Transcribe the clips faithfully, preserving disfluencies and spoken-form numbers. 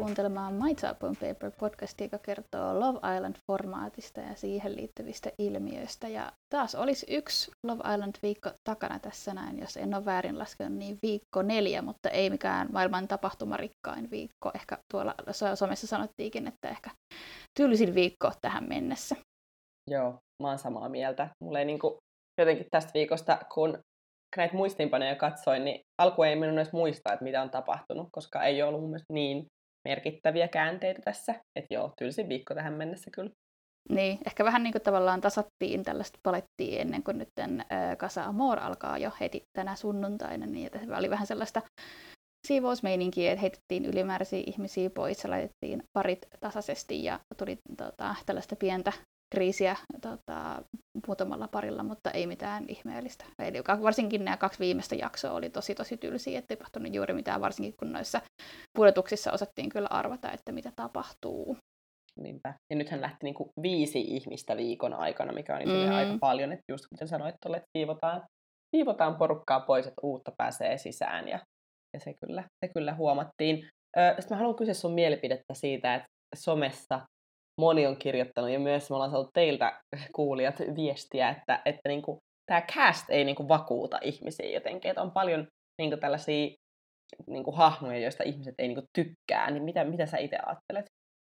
kuuntelemaan My Top on Paper -podcastia, joka kertoo Love Island-formaatista ja siihen liittyvistä ilmiöistä. Ja taas olisi yksi Love Island-viikko takana tässä näin, jos en ole väärin laskenut, niin viikko neljä, mutta ei mikään maailman tapahtumarikkain viikko. Ehkä tuolla somessa sanottiinkin, että ehkä tylsin viikko tähän mennessä. Joo, mä oon samaa mieltä. Mulla ei niinku jotenkin tästä viikosta, kun näitä muistiinpanoja katsoin, niin alku ei minun edes muistaa, että mitä on tapahtunut, koska ei ole ollut mun mielestä niin merkittäviä käänteitä tässä. Että joo, tylsin viikko tähän mennessä kyllä. Niin, ehkä vähän niin kuin tavallaan tasattiin tällaista palettia ennen kuin nyt Casa Amor alkaa jo heti tänä sunnuntaina, niin oli vähän sellaista siivousmeininkiä, että heitettiin ylimääräisiä ihmisiä pois ja laitettiin parit tasaisesti ja tuli tota, tällaista pientä kriisiä tota, muutamalla parilla, mutta ei mitään ihmeellistä. Eli varsinkin nämä kaksi viimeistä jaksoa oli tosi tosi tylsiä, ettei tapahtunut juuri mitään, varsinkin kun noissa pudotuksissa osattiin kyllä arvata, että mitä tapahtuu. Niinpä. Ja nythän lähti niinku viisi ihmistä viikon aikana, mikä on mm. aika paljon, että just kuten sanoit, että siivotaan, siivotaan porukkaa pois, että uutta pääsee sisään, ja, ja se, kyllä, se kyllä huomattiin. Sitten mä haluan kysyä sun mielipidettä siitä, että somessa moni on kirjoittanut, ja myös me ollaan saanut teiltä kuulijat viestiä, että, että niinku, tämä cast ei niinku vakuuta ihmisiä jotenkin, että on paljon niinku tällaisia niinku hahmoja, joista ihmiset ei niinku tykkää, niin mitä, mitä sä itse ajattelet?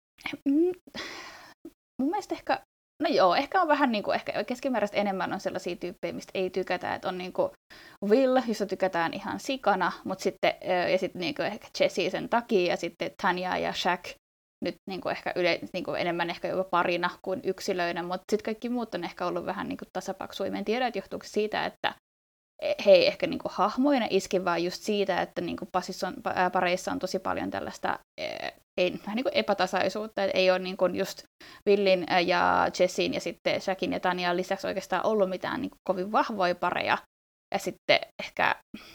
Mun mielestä ehkä, no joo, ehkä on vähän niin kuin, ehkä keskimääräistä enemmän on sellaisia tyyppejä, mistä ei tykätä, että on niin kuin Will, josta tykätään ihan sikana, mutta sitten, ja sitten niin kuin ehkä Jessie sen takia, ja sitten Tanya ja Shaq nyt niin kuin ehkä yle, niin kuin enemmän ehkä jopa parina kuin yksilöinä, mutta sitten kaikki muut on ehkä ollut vähän niin kuin tasapaksuja. En tiedä, että johtuuko siitä, että he ei ehkä niin kuin hahmoina iski, vaan just siitä, että niin kuin on, pareissa on tosi paljon tällaista ei, vähän niin kuin epätasaisuutta, että ei ole niin kuin just Willin ja Jessien ja sitten Shaqin ja Tanyan lisäksi oikeastaan ollut mitään niin kuin kovin vahvoja pareja. Ja sitten ehkä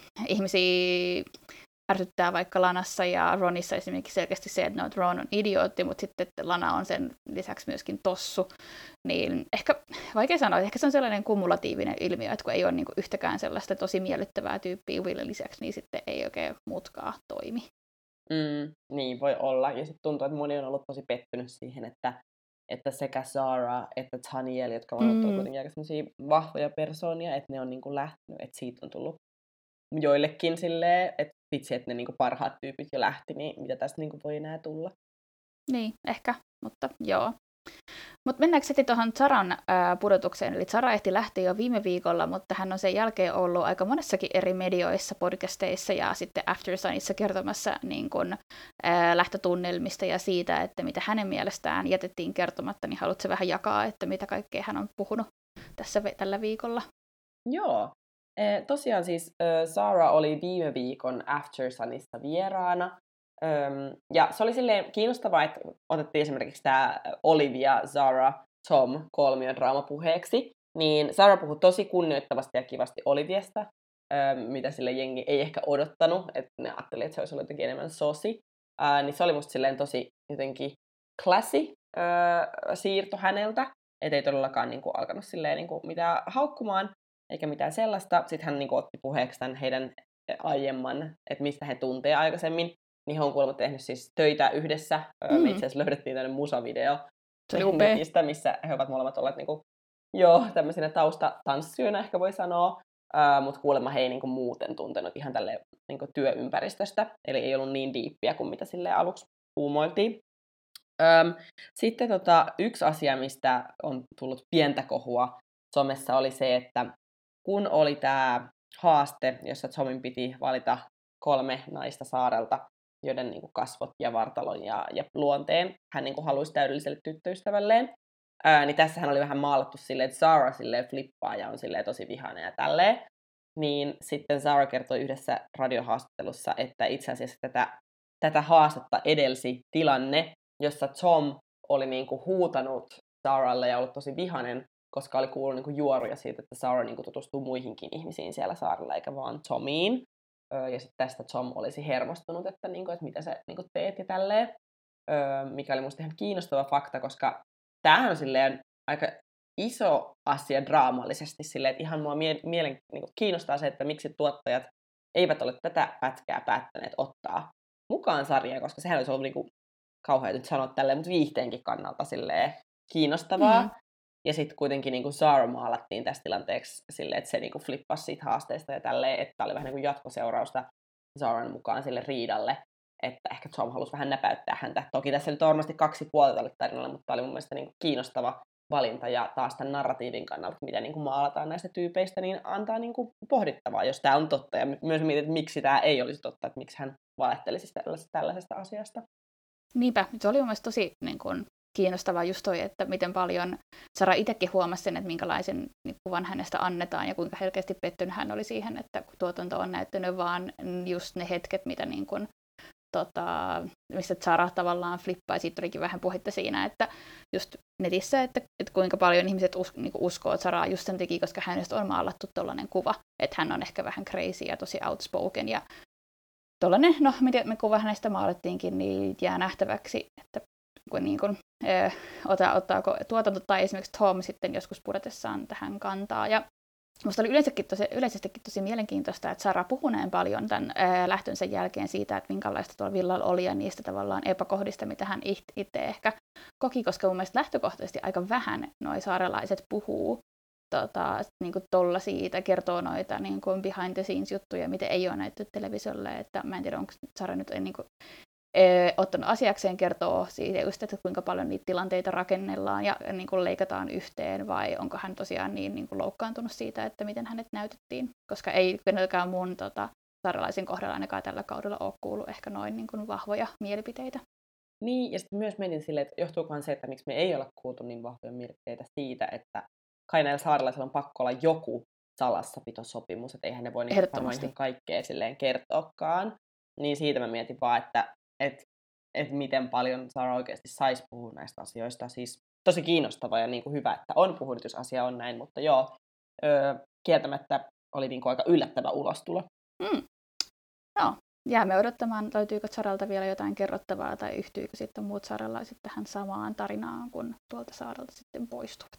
ihmisiä ärsyttää vaikka Lanassa ja Ronissa esimerkiksi selkeästi se, että no, Ron on idiootti, mutta sitten että Lana on sen lisäksi myöskin tossu. Niin ehkä, vaikea sanoa, ehkä se on sellainen kumulatiivinen ilmiö, että kun ei ole niin kuin yhtäkään sellaista tosi miellyttävää tyyppiä Willin lisäksi, niin sitten ei oikein muutkaan toimi. Mm, niin, voi olla. Ja sitten tuntuu, että moni on ollut tosi pettynyt siihen, että, että sekä Zara että Taniel, jotka ovat mm. kuitenkin aika vahvoja persoonia, että ne on niin kuin lähtenyt, että siitä on tullut joillekin silleen, että vitsi, että ne niin kuin parhaat tyypit jo lähti, niin mitä tästä niin kuin voi enää tulla? Niin, ehkä, mutta joo. Mutta mennäänkö sitten tuohon Zaran ää, pudotukseen? Eli Zara ehti lähteä jo viime viikolla, mutta hän on sen jälkeen ollut aika monessakin eri medioissa, podcasteissa ja sitten After Sunissa kertomassa niin kun, ää, lähtötunnelmista ja siitä, että mitä hänen mielestään jätettiin kertomatta, niin haluatko vähän jakaa, että mitä kaikkea hän on puhunut tässä tällä viikolla? Joo. E, tosiaan siis äh, Zara oli viime viikon After Sunissa vieraana. Öm, ja se oli silleen kiinnostavaa, että otettiin esimerkiksi tämä Olivia, Zara, Tom kolmiodraama puheeksi. Niin Zara puhui tosi kunnioittavasti ja kivasti Oliviasta, öm, mitä sille jengi ei ehkä odottanut, että ne ajatteli, että se olisi ollut jotenkin enemmän sosi. Ää, niin se oli musta silleen tosi jotenkin classy ää, siirto häneltä, ettei todellakaan niinku alkanut silleen niinku mitään haukkumaan, eikä mitään sellaista. Sitten hän niinku otti puheeksi tämän heidän aiemman, että mistä he tuntee aikaisemmin. Niin he on kuulemma tehnyt siis töitä yhdessä. Mm. Me itse asiassa löydettiin tämmöinen musavideo netistä, missä he ovat molemmat olleet niinku, joo, tämmöisinä taustatanssijoina ehkä voi sanoa. Uh, mutta kuulemma he ei niinku muuten tuntenut ihan tälleen niinku työympäristöstä. Eli ei ollut niin diippiä kuin mitä sille aluksi uumoiltiin. Um, sitten tota, yksi asia, mistä on tullut pientä kohua somessa, oli se, että kun oli tämä haaste, jossa Tomin piti valita kolme naista saarelta, joiden niin kuin kasvot ja vartalon ja, ja luonteen hän niin kuin halusi täydelliselle tyttöystävälleen, ää, niin tässähän oli vähän maalattu silleen, että Zara silleen flippaa ja on silleen tosi vihainen ja tälleen. Niin sitten Zara kertoi yhdessä radiohaastattelussa, että itse asiassa tätä, tätä haastetta edelsi tilanne, jossa Tom oli niin kuin huutanut Zaralle ja ollut tosi vihainen, koska oli kuullut niin kuin juoruja siitä, että Zara niin kuin tutustuu muihinkin ihmisiin siellä saarella, eikä vaan Tomiin. Ja sitten tästä Tom olisi hermostunut, että, niin kuin, että mitä sä niin kuin teet ja tälleen. Mikä oli musta ihan kiinnostava fakta, koska tämähän on silleen aika iso asia draamallisesti. Silleen, että ihan mua mie- mielen, niin kuin kiinnostaa se, että miksi tuottajat eivät ole tätä pätkää päättäneet ottaa mukaan sarjaan, koska sehän olisi ollut niin kuin kauhean nyt sanoa tälleen, mutta viihteenkin kannalta silleen kiinnostavaa. Mm. Ja sitten kuitenkin niin kuin Zara maalattiin tässä tilanteeksi silleen, että se niin kuin flippasi siitä haasteesta ja tälleen, että oli vähän niin kuin jatkoseurausta Zaran mukaan sille riidalle, että ehkä Tom halusi vähän näpäyttää häntä. Toki tässä nyt on varmasti kaksi puolta tälle tarinalle, mutta tämä oli mun mielestä niin kuin kiinnostava valinta ja taas tämän narratiivin kannalta, mitä niin kuin maalataan näistä tyypeistä, niin antaa niin kuin pohdittavaa, jos tämä on totta. Ja myös mietin, että miksi tämä ei olisi totta, että miksi hän valettelisi tällaisesta, tällaisesta asiasta. Niinpä, se oli mun mielestä tosi niin kuin kiinnostavaa just toi, että miten paljon Zara itsekin huomasi sen, että minkälaisen niin kuvan hänestä annetaan ja kuinka selkeästi pettynyt hän oli siihen, että tuotanto on näyttänyt vaan just ne hetket, mitä niin kuin, tota, mistä Zara tavallaan flippaa. Siitä olikin vähän puhetta siinä, että just netissä, että, että kuinka paljon ihmiset us, niin uskoo Zaraa just sen takia, koska hänestä on maalattu tollainen kuva, että hän on ehkä vähän crazy ja tosi outspoken ja tollainen, no miten me kuva hänestä maalattiinkin, niin jää nähtäväksi, että kun niin kuin, ö, ota, ottaako tuotanto tai esimerkiksi Tom sitten joskus puretessaan tähän kantaa. Ja musta oli yleensäkin tosi, yleisestikin tosi mielenkiintoista, että Zara puhui näin paljon tämän ö, lähtönsä jälkeen siitä, että minkälaista tuolla villalla oli ja niistä tavallaan epäkohdista, mitä hän itse ehkä koki, koska mun mielestä lähtökohtaisesti aika vähän noi saarelaiset puhuu tota, niin kuin tolla siitä, kertoo noita niin kuin behind the scenes juttuja, mitä ei ole näytetty televisiolle, että mä en tiedä, onko Zara nyt niin kuin Ee, ottanut asiakseen kertoo siitä just, että kuinka paljon niitä tilanteita rakennellaan ja niin kuin leikataan yhteen, vai onko hän tosiaan niin, niin kuin loukkaantunut siitä, että miten hänet näytettiin, koska ei kenelläkään mun tota, saarelaisen kohdalla ainakaan tällä kaudella ole kuullut ehkä noin niin kuin vahvoja mielipiteitä. Niin, ja sitten myös menin silleen, että johtuukohan se, että miksi me ei ole kuultu niin vahvoja mielipiteitä siitä, että kai näillä saarelaisilla on pakko olla joku salassapitosopimus, että eihän ne voi niin varmaan ihan kaikkea silleen kertoakaan. Niin siitä mä mietin vaan, että että et miten paljon Zara oikeasti saisi puhua näistä asioista. Siis tosi kiinnostavaa ja niin kuin hyvä, että on puhunut, jos asia on näin, mutta joo, öö, kieltämättä oli niin kuin aika yllättävä ulostulo. Mm. Joo, jäämme odottamaan, löytyykö Zaralta vielä jotain kerrottavaa tai yhtyykö sitten muut saarelaiset tähän samaan tarinaan, kun tuolta saarelta sitten poistuvat.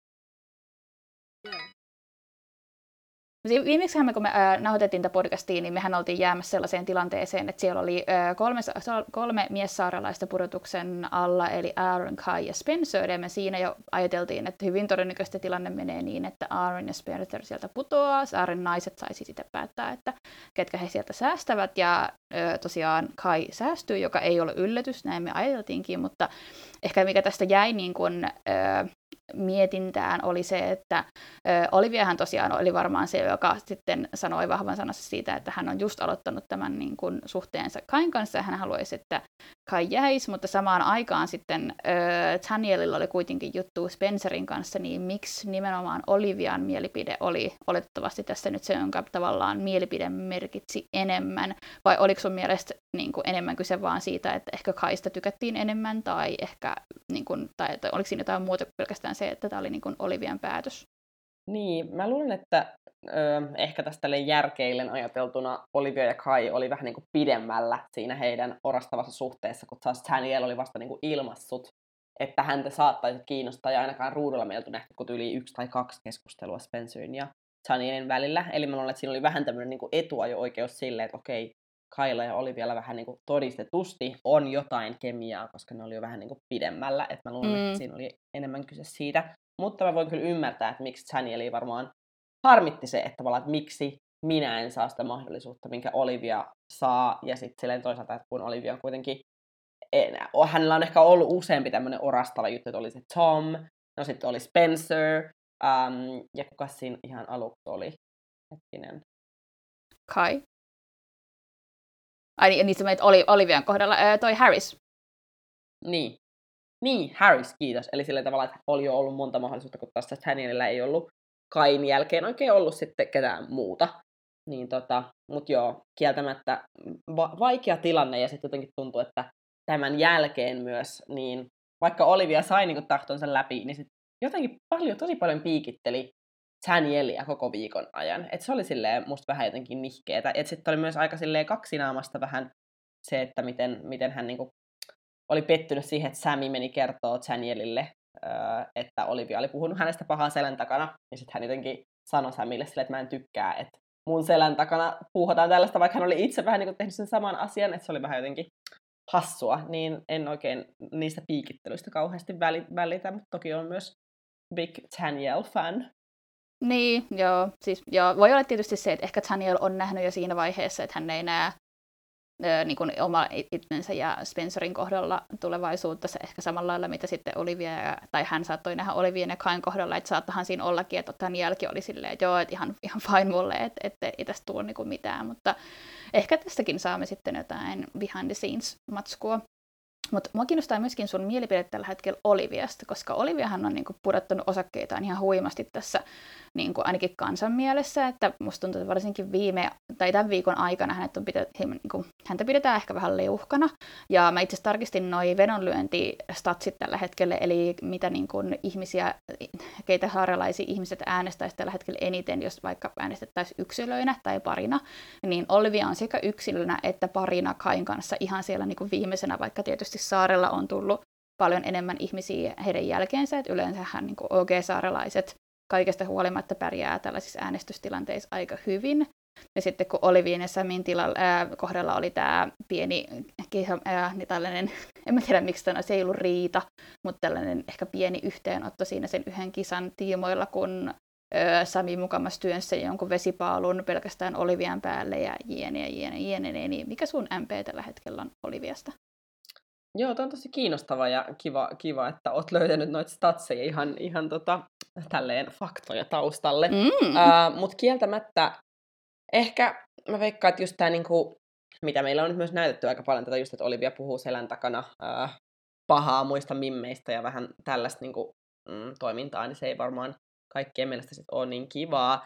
Viimeksi kun me äh, nauhoitettiin tätä podcastia, niin mehän oltiin jäämässä sellaiseen tilanteeseen, että siellä oli äh, kolme, kolme miessaarelaista pudotuksen alla, eli Aaron, Kai ja Spencer, ja me siinä jo ajateltiin, että hyvin todennäköisesti tilanne menee niin, että Aaron ja Spencer sieltä putoaa, Saaren naiset saisi sitten päättää, että ketkä he sieltä säästävät, ja äh, tosiaan Kai säästyy, joka ei ole yllätys, näin me ajateltiinkin, mutta ehkä mikä tästä jäi niin kuin, äh, mietintään oli se, että ö, Oliviahan tosiaan oli varmaan se, joka sitten sanoi vahvan sanassa siitä, että hän on just aloittanut tämän niin kuin, suhteensa Kain kanssa ja hän haluaisi, että Kai jäisi, mutta samaan aikaan sitten ö, Danielilla oli kuitenkin juttu Spencerin kanssa, niin miksi nimenomaan Olivian mielipide oli oletettavasti tässä nyt se, jonka tavallaan mielipide merkitsi enemmän, vai oliko sun mielestä niin kuin, enemmän kyse vaan siitä, että ehkä Kaista tykättiin enemmän, tai ehkä, niin kuin, tai että oliko siinä jotain muuta kuin pelkästään se, että tämä oli niin kuin Olivian päätös? Niin, mä luulen, että ö, ehkä tästä järkeillen ajateltuna Olivia ja Kai oli vähän niin kuin pidemmällä siinä heidän orastavassa suhteessa, kun taas Daniel oli vasta niin kuin ilmassut, että häntä saattaisi kiinnostaa, ja ainakaan ruudulla meiltä nähty kuin yli yksi tai kaksi keskustelua Spencerin ja Danielin välillä. Eli mä luulen, että siinä oli vähän tämmöinen niin kuin etuajo-oikeus silleen, että okei, Kailla ja Olivialla vähän niin kuin todistetusti on jotain kemiaa, koska ne oli jo vähän niin kuin pidemmällä. Että mä luulen, mm. että siinä oli enemmän kyse siitä. Mutta mä voin kyllä ymmärtää, että miksi Danieli varmaan harmitti se, että, että miksi minä en saa sitä mahdollisuutta, minkä Olivia saa. Ja sitten silleen toisaalta, että kun Olivia on kuitenkin, enää, hänellä on ehkä ollut useampi tämmöinen orastava juttu, että oli se Tom, no sitten oli Spencer, um, ja kuka siinä ihan aluksi oli? Hetkinen. Kai. Ai niin, niin sä menet Olivian kohdalla, ää, toi Harris. Niin. Niin, Harris, kiitos. Eli sillä tavalla, että oli jo ollut monta mahdollisuutta, kun taas Danielillä ei ollut Kain jälkeen oikein ollut sitten ketään muuta. Niin tota, mut joo, kieltämättä va- vaikea tilanne, ja sitten jotenkin tuntuu, että tämän jälkeen myös, niin vaikka Olivia sai niinku tahtonsa läpi, niin sitten jotenkin paljon, tosi paljon piikitteli Danielia koko viikon ajan. Et se oli silleen musta vähän jotenkin nihkeetä. Et sitten oli myös aika silleen kaksinaamasta vähän se, että miten, miten hän niinku oli pettynyt siihen, että Sammy meni kertoo Danielille, että Olivia oli puhunut hänestä pahaa selän takana. Ja sitten hän jotenkin sanoi Samille silleen, että mä en tykkää, että mun selän takana puhutaan tällaista, vaikka hän oli itse vähän niin kuin tehnyt sen saman asian, että se oli vähän jotenkin hassua, niin en oikein niistä piikittelyistä kauheasti välitä, mutta toki on myös big Taniel-fan. Niin, joo. Siis, joo. Voi olla tietysti se, että ehkä Taniel on nähnyt jo siinä vaiheessa, että hän ei näe ö, niin kuin oma itsensä ja Spencerin kohdalla tulevaisuutta se ehkä samalla lailla, mitä sitten Olivia, ja, tai hän saattoi nähdä Olivian ja Kain kohdalla, että saattahan siinä ollakin, että Tanielkin oli silleen, että joo, että ihan, ihan fine mulle, että, että ei tästä tule niin kuin mitään, mutta ehkä tästäkin saamme sitten jotain behind the scenes matskua. Mutta mua kiinnostaa myöskin sun mielipide tällä hetkellä Oliviasta, koska Oliviahan on niinku pudottanut osakkeitaan ihan huimasti tässä niinku ainakin kansan mielessä, että musta tuntuu, että varsinkin viime, tai tämän viikon aikana hänet on pidet, niinku, häntä pidetään ehkä vähän leuhkana, ja mä itse asiassa tarkistin noi vedonlyöntistatsit tällä hetkellä, eli mitä niinku ihmisiä, keitä saarelaisia ihmiset äänestäisi tällä hetkellä eniten, jos vaikka äänestettäisiin yksilöinä tai parina, niin Olivia on sekä yksilönä että parina Kain kanssa ihan siellä niinku viimeisenä, vaikka tietysti saarella on tullut paljon enemmän ihmisiä heidän jälkeensä, että yleensähän niin O G-saarelaiset kaikesta huolimatta pärjää tällaisissa äänestystilanteissa aika hyvin. Ja sitten kun Olivien ja Samin tilalla, ää, kohdalla oli tämä pieni, ää, niin tällainen, en mä tiedä miksi tämä, se ei ollut riita, mutta tällainen ehkä pieni yhteenotto siinä sen yhden kisan tiimoilla, kun ää, Sami mukamas työnssä jonkun vesipaalun pelkästään Olivian päälle ja jiene ja jiene, jiene, niin mikä sun M P tällä hetkellä on Oliviasta? Joo, tämä on tosi kiinnostava ja kiva, kiva että oot löytänyt noita statseja ihan, ihan tota, tälleen faktoja taustalle. Mm. Uh, Mutta kieltämättä ehkä mä veikkaan, että just tämä, niinku, mitä meillä on nyt myös näytetty aika paljon, tätä just, että Olivia puhuu selän takana uh, pahaa muista mimmeistä ja vähän tällaista niinku, mm, toimintaa, niin se ei varmaan kaikkien mielestä sit ole niin kivaa.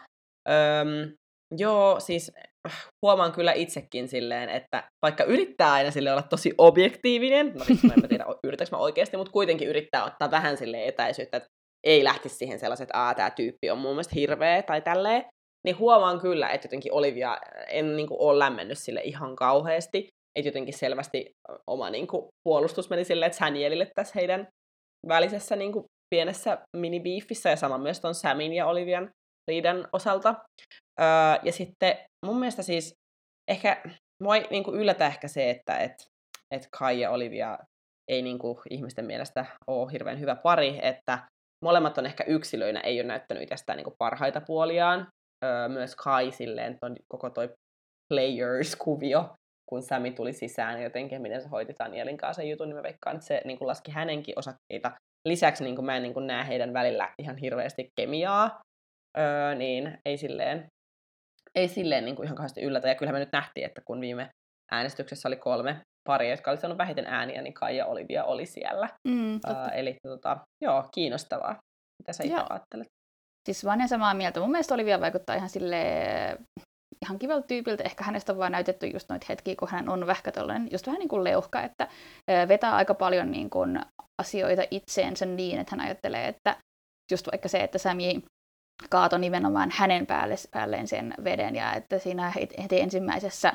Öm, joo, siis huomaan kyllä itsekin silleen, että vaikka yrittää aina sille olla tosi objektiivinen, no vitsi, mä en tiedä, yritäks mä oikeasti, mutta kuitenkin yrittää ottaa vähän sille etäisyyttä, että ei lähtisi siihen sellaiset, että aah, tää tyyppi on mun mielestä hirveä tai tälleen, niin huomaan kyllä, että jotenkin Olivia en niin kuin, ole lämmennyt sille ihan kauheasti, että jotenkin selvästi oma niin kuin, puolustus meni silleen, että Tanielille tässä heidän välisessä niin kuin, pienessä mini-beefissä, ja sama myös ton Samin ja Olivian riidan osalta. Öö, ja sitten mun mielestä siis ehkä, mua ei niin kuin yllätä ehkä se, että et, et Kai ja Olivia ei niin kuin ihmisten mielestä ole hirveän hyvä pari, että molemmat on ehkä yksilöinä, ei ole näyttänyt itsestään niin kuin parhaita puoliaan. Öö, myös Kai silleen, ton, koko toi Players-kuvio, kun Sami tuli sisään ja jotenkin, miten se hoiti Danielin kanssa sen jutun, niin mä veikkaan, että se niin kuin laski hänenkin osakkeita. Lisäksi niin kuin mä en niin kuin näe heidän välillä ihan hirveästi kemiaa, öö, niin ei silleen, ei silleen niin kuin ihan kauheasti yllätä. Ja kyllä me nyt nähtiin, että kun viime äänestyksessä oli kolme paria, jotka oli saanut vähiten ääniä, niin Kai ja Olivia oli siellä. Mm, öö, eli tota, joo, kiinnostavaa. Mitä sä itse ajattelet? Siis vaan ja samaa mieltä. Mun mielestä Olivia vaikuttaa ihan silleen ihan kivalta tyypiltä. Ehkä hänestä on vaan näytetty just noita hetkiä, kun hän on vähkä tollainen, just vähän niin kuin leuhka, että vetää aika paljon niin kuin asioita itseensä niin, että hän ajattelee, että just vaikka se, että Sami kaatoi nimenomaan hänen päälle, päälleen sen veden, ja että siinä heti ensimmäisessä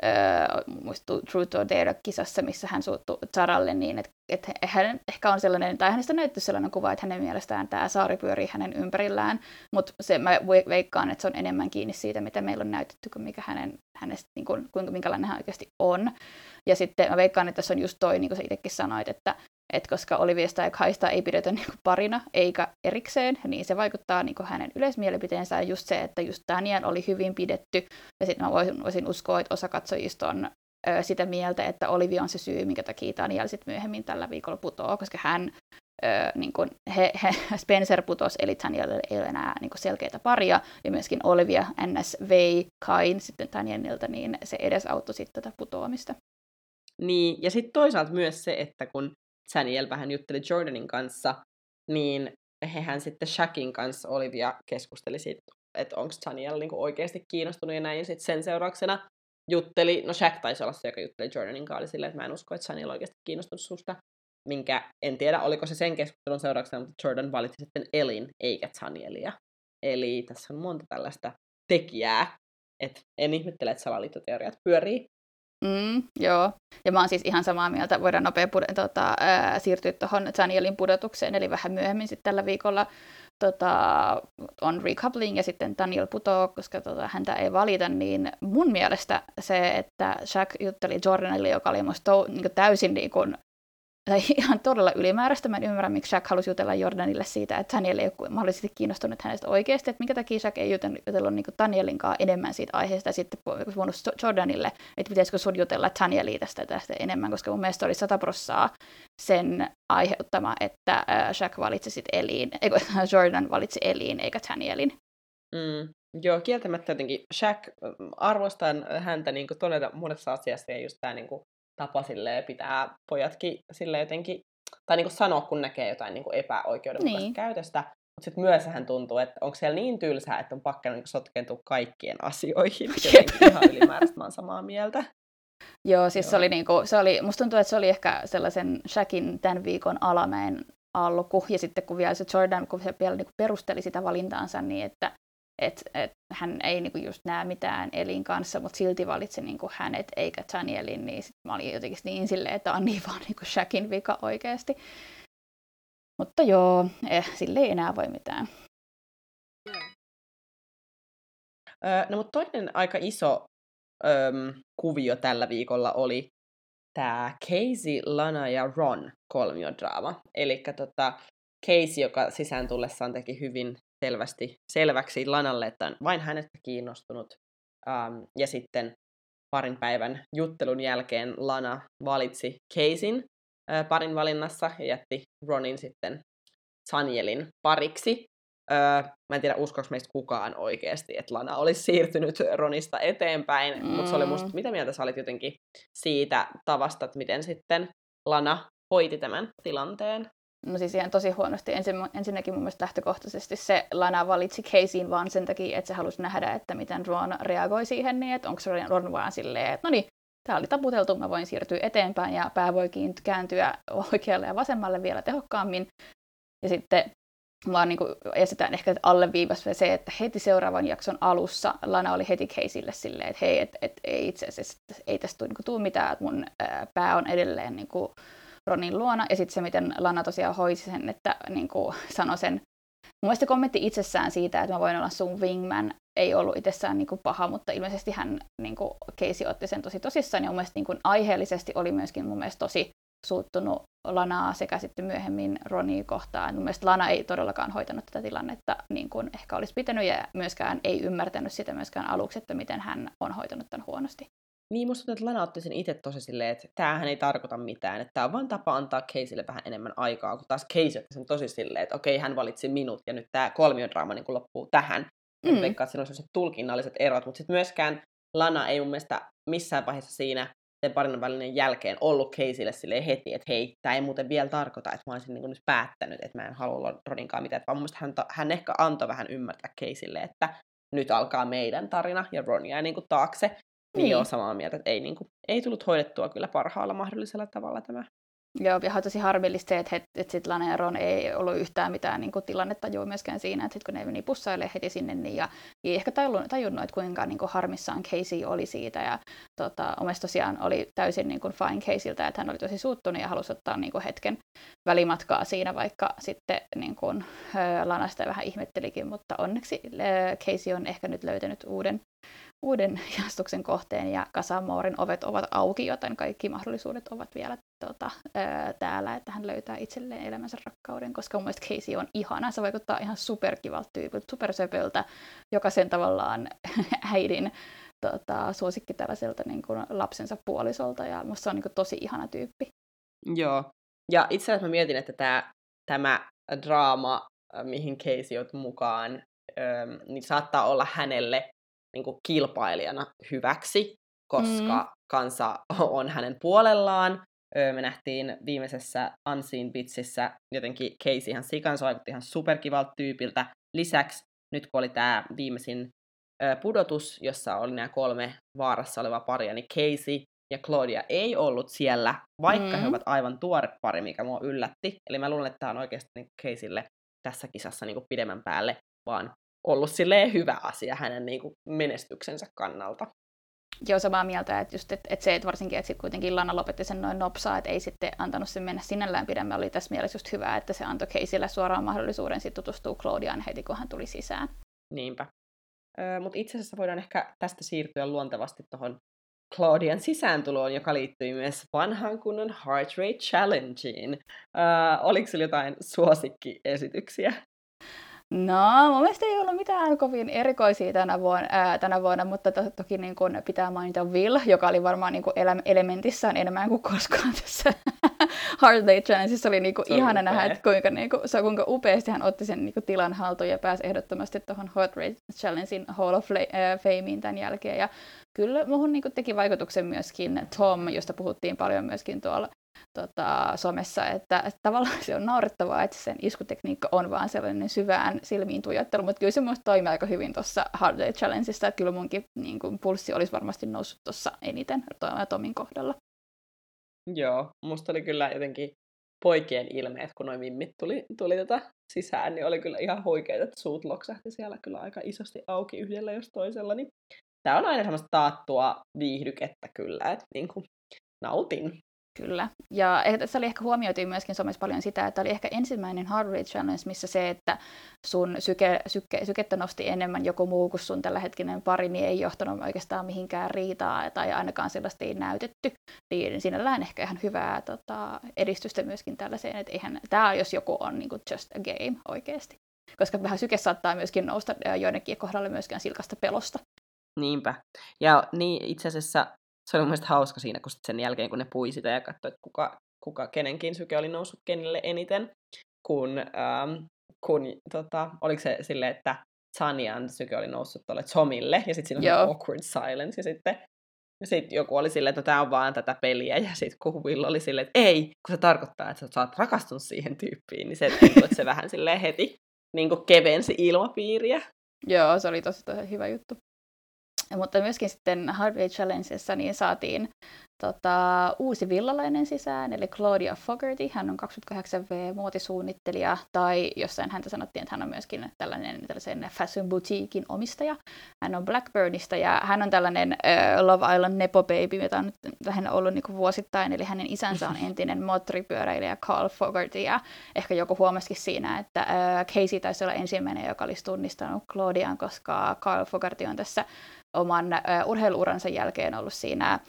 muistuu Truth or Dare-kisassa, missä hän suuttui Zaralle niin, että, että hän ehkä on sellainen, tai hänestä näyttää sellainen kuva, että hänen mielestään tämä saari pyörii hänen ympärillään, mutta se, mä veikkaan, että se on enemmän kiinni siitä, mitä meillä on näytetty, kuin mikä hänen, hänestä, niin kuin, kuinka minkälainen hän oikeasti on. Ja sitten mä veikkaan, että tässä on just toi, niin kuin sä itsekin sanoit, että että koska Oliviasta ja Kaista ei pidetä niin kuin parina eikä erikseen, niin se vaikuttaa niin kuin hänen yleismielipiteensä, ja just se, että just Daniel oli hyvin pidetty, ja sitten mä voisin, voisin uskoa, että osa katsojista on ö, sitä mieltä, että Olivia on se syy, minkä takia Daniel sitten myöhemmin tällä viikolla putoaa, koska hän, ö, niin kuin, he, he, Spencer putosi, eli Daniel ei ole enää niin kuin selkeitä paria, ja myöskin Olivia N S vei Kain sitten Danielilta, niin se edesauttoi sitten tätä putoamista. Niin, ja sitten toisaalta myös se, että kun Daniel vähän jutteli Jordanin kanssa, niin hehän sitten Shaqin kanssa Olivia keskusteli siitä, että onko Daniel niinku oikeasti kiinnostunut ja näin, ja sitten sen seurauksena jutteli, no Shaq taisi olla se, joka jutteli Jordanin kanssa, oli silleen, että mä en usko, että Daniel oikeasti kiinnostunut susta, minkä en tiedä, oliko se sen keskustelun seurauksena, mutta Jordan valitsi sitten Elin, eikä Danielia. Eli tässä on monta tällaista tekijää, että en ihmettele, että salaliittoteoriat pyörii. Mm, joo, ja mä oon siis ihan samaa mieltä, voidaan nopea pud- tota, ää, siirtyä tuohon Danielin pudotukseen, eli vähän myöhemmin sitten tällä viikolla tota, on recoupling ja sitten Daniel putoo, koska tota, häntä ei valita, niin mun mielestä se, että Shaq jutteli Jordanille, joka oli musta to, niin täysin niin kuin, tai ihan todella ylimääräistä. Mä en ymmärrä, miksi Shaq halusi jutella Jordanille siitä, että Daniel ei ole mahdollisesti kiinnostunut hänestä oikeasti, että minkä takia Shaq ei jutellut niin Danieelin kanssa enemmän siitä aiheesta, ja sitten puhunut Jordanille, että pitäisikö sun jutella Danielia tästä tästä enemmän, koska mun mielestä oli sata prossaa sen aiheuttama, että Shaq valitsi sitten Eliin, eikö Jordan valitsi Eliin, eikä Danielin. Mm. Joo, kieltämättä jotenkin Shaq, arvostan häntä niin kuin todella monessa asiassa, ja just tämä niin kuin tapa silleen pitää pojatkin silleen jotenkin, tai niin kuin sanoa, kun näkee jotain niin kuin epäoikeudenmukaista niin. käytöstä, mutta sitten myös hän tuntuu, että onko siellä niin tylsää, että on pakko niin sotkeentua kaikkien asioihin, jotenkin ihan ylimääräistä, mä oon samaa mieltä. Joo, siis Joo. Se oli niinku, se oli, musta tuntuu, että se oli ehkä sellaisen Shaqin tämän viikon alamäen alku, ja sitten kun vielä se Jordan, kun se vielä niinku perusteli sitä valintaansa, niin että et, et hän ei niinku just näe mitään Elin kanssa, mutta silti valitsi niinku hänet eikä Danielin, niin sit mä olin jotenkin niin silleen, että on niin vaan niinku Shaqin vika oikeasti. Mutta joo, eh, sille ei enää voi mitään. Öö, no mutta toinen aika iso öm, kuvio tällä viikolla oli tämä Casey, Lana ja Ron kolmiodraama. Eli tota, Casey, joka sisään tullessaan teki hyvin selvästi selväksi Lanalle, että on vain hänestä kiinnostunut. Um, ja sitten parin päivän juttelun jälkeen Lana valitsi Caseyn uh, parin valinnassa ja jätti Ronin sitten Danielin pariksi. Uh, mä en tiedä, uskoiko meistä kukaan oikeasti, että Lana olisi siirtynyt Ronista eteenpäin, mm. mutta se oli musta, mitä mieltä sä olit jotenkin siitä tavasta, että miten sitten Lana hoiti tämän tilanteen? No siis ihan tosi huonosti. Ensin, ensinnäkin mun mielestä lähtökohtaisesti se Lana valitsi Caseyin vaan sen takia, että se halusi nähdä, että miten Ron reagoi siihen, niin että onko Ron vaan silleen, että no niin, tää oli taputeltu, mä voin siirtyä eteenpäin ja pää voi kääntyä oikealle ja vasemmalle vielä tehokkaammin. Ja sitten vaan niin esitän ehkä alleviivassa se, että heti seuraavan jakson alussa Lana oli heti Caseylle silleen, että hei, et, et, ei itse asiassa ei tästä tule, niin tule mitään, että mun ää, pää on edelleen niin kuin Ronin luona. Ja sitten se, miten Lana tosiaan hoiti sen, että niin kuin sanoi sen, mun mielestä kommentti itsessään siitä, että mä voin olla sun wingman, ei ollut itsessään niin kuin paha, mutta ilmeisesti hän, niin kuin Casey otti sen tosi tosissaan, ja mun mielestä niin kuin aiheellisesti oli myöskin mun mielestä tosi suuttunut Lanaa sekä sitten myöhemmin Ronia kohtaan. Mun mielestä Lana ei todellakaan hoitanut tätä tilannetta niin kuin ehkä olisi pitänyt, ja myöskään ei ymmärtänyt sitä myöskään aluksi, että miten hän on hoitanut tämän huonosti. Niin, musta tuntuu, että Lana otti sen itse tosi silleen, että tämähän ei tarkoita mitään, että tämä on vaan tapa antaa Caseylle vähän enemmän aikaa, kun taas Casey otti sen tosi silleen, että okei, hän valitsi minut, ja nyt tämä kolmiodraama niin loppuu tähän. Mm. Veikkaa, että siinä on sellaiset tulkinnalliset erot, mutta sitten myöskään Lana ei mun mielestä missään vaiheessa siinä sen parinan välinen jälkeen ollut Caseylle silleen heti, että hei, tämä ei muuten vielä tarkoita, että mä olisin niin nyt päättänyt, että mä en halua olla Roninkaan mitään, vaan mun mielestä hän, hän ehkä antoi vähän ymmärtää Caseylle, että nyt alkaa meidän tarina, ja Ron jää niin kuin taakse. Niin, niin. Joo, samaa mieltä, että ei, niin kuin, ei tullut hoidettua kyllä parhaalla mahdollisella tavalla tämä. Joo, ja tosi harmillista se, että, että sitten Lana ja Ron ei ollut yhtään mitään niin kuin tilannetta myöskään siinä, että sit kun ne meni pussailemaan heti sinne, niin ja ei ehkä tajunnut, tajunnut että kuinka niin kuin harmissaan Casey oli siitä, ja tota, omesta tosiaan oli täysin niin kuin fine Caseyltä, että hän oli tosi suuttunut ja halusi ottaa niin kuin hetken välimatkaa siinä, vaikka sitten niin kuin, Lana sitä vähän ihmettelikin, mutta onneksi Casey on ehkä nyt löytänyt uuden uuden ihastuksen kohteen, ja Casa Amoren ovet ovat auki, joten kaikki mahdollisuudet ovat vielä tota, ää, täällä, että hän löytää itselleen elämänsä rakkauden, koska mun mielestä Casey on ihana. Se vaikuttaa ihan superkivalta tyypiltä, supersöpöltä, joka sen tavallaan äidin tota, suosikki tällaiselta niin kuin lapsensa puolisolta, ja musta se on niin kuin tosi ihana tyyppi. Joo, ja itse asiassa mä mietin, että tämä, tämä draama, mihin Casey on mukaan, ähm, niin saattaa olla hänelle niin kuin kilpailijana hyväksi, koska mm. kansa on hänen puolellaan. Me nähtiin viimeisessä Unseen Bitsissä jotenkin Casey ihan sikan, se vaikutti ihan superkivalta tyypiltä. Lisäksi nyt kun oli tämä viimeisin pudotus, jossa oli nämä kolme vaarassa olevaa paria, niin Casey ja Claudia ei ollut siellä, vaikka mm. he ovat aivan tuore pari, mikä mua yllätti. Eli mä luulen, että tämä on oikeasti niin Caseylle tässä kisassa niin kuin pidemmän päälle vaan ollut silleen hyvä asia hänen niin kuin menestyksensä kannalta. Joo, samaa mieltä, että, just, että, että se, että varsinkin, että sitten kuitenkin Lana lopetti sen noin nopsaa, että ei sitten antanut sen mennä sinällään pidemmälle, oli tässä mielessä just hyvä, että se antoi Caseylle suoraan mahdollisuuden sitten tutustua Claudiaan heti, kun hän tuli sisään. Niinpä. Öö, mutta itse asiassa voidaan ehkä tästä siirtyä luontevasti tuohon Claudian sisääntuloon, joka liittyy myös vanhaan kunnon Heart Rate Challengeen. Öö, oliko sinulla jotain suosikkiesityksiä? No, mun mielestä ei ollut mitään kovin erikoisia tänä vuonna, ää, tänä vuonna mutta to, toki niin kun pitää mainita Will, joka oli varmaan niin kun ele- elementissään enemmän kuin koskaan tässä Heart Rate Challengeissa. Oli niin kun ihana nähdä, että kuinka, niin kun, se, kuinka upeasti hän otti sen niin kun tilan haltuun ja pääsi ehdottomasti tuohon Heart Rate Challengein Hall of Fameen tämän jälkeen. Ja kyllä muhun niin kun teki vaikutuksen myöskin Tom, josta puhuttiin paljon myöskin tuolla Tota, somessa, että, että tavallaan se on naurettavaa, että sen iskutekniikka on vaan sellainen syvään silmiin tuijottelu, mutta kyllä se minusta toimii aika hyvin tuossa Hard Day Challengeissa, että kyllä munkin niin kuin, pulssi olisi varmasti noussut tuossa eniten Tomin kohdalla. Joo, musta oli kyllä jotenkin poikien ilmeet, kun noin mimmit tuli, tuli tota sisään, niin oli kyllä ihan huikeita, että suut loksahti siellä kyllä aika isosti auki yhdellä jos toisella, niin tää on aina semmoista taattua viihdykettä kyllä, että niin kuin nautin. Kyllä. Ja se oli ehkä huomioitiin myöskin somessa paljon sitä, että oli ehkä ensimmäinen Heart Rate Challenge, missä se, että sun syke, syke, sykettä nosti enemmän joku muu kuin sun tällä hetkinen pari, niin ei johtanut oikeastaan mihinkään riitaa tai ainakaan sellaista ei näytetty. Niin sinällään ehkä ihan hyvää tota, edistystä myöskin tällaiseen, että eihän tämä jos joku on niin kuin just a game oikeasti. Koska vähän syke saattaa myöskin nousta joidenkin kohdalle myöskään silkasta pelosta. Niinpä. Ja niin itse asiassa se oli mun mielestä hauska siinä, kun sen jälkeen, kun ne pui sitä ja katsoi, että kuka, kuka kenenkin syke oli noussut kenelle eniten, kun, ähm, kun tota, oliko se silleen, että Tanyan syke oli noussut tuolle Tomille, ja sitten siinä oli awkward silence, ja sitten ja sit joku oli silleen, että no, tää on vaan tätä peliä, ja sitten kun Will oli silleen, että ei, kun se tarkoittaa, että sä oot rakastunut siihen tyyppiin, niin se, että se vähän silleen heti niin kuin kevensi ilmapiiriä. Joo, se oli tosi, tosi hyvä juttu. Mutta myöskin sitten Hard Rate Challengeissa niin saatiin tota, uusi villalainen sisään, eli Claudia Fogarty. Hän on kaksikymmentäkahdeksan vuotias-muotisuunnittelija, tai jossain häntä sanottiin, että hän on myöskin tällainen tällaisen fashion boutiquein omistaja. Hän on Blackburnista, ja hän on tällainen uh, Love Island Nepo Baby, jota on nyt lähinnä ollut niin kuin vuosittain, eli hänen isänsä on entinen moottoripyöräilijä Carl Fogarty, ja ehkä joku huomasikin siinä, että uh, Casey taisi olla ensimmäinen, joka olisi tunnistanut Claudian, koska Carl Fogarty on tässä oman uh, urheiluuransa jälkeen ollut siinä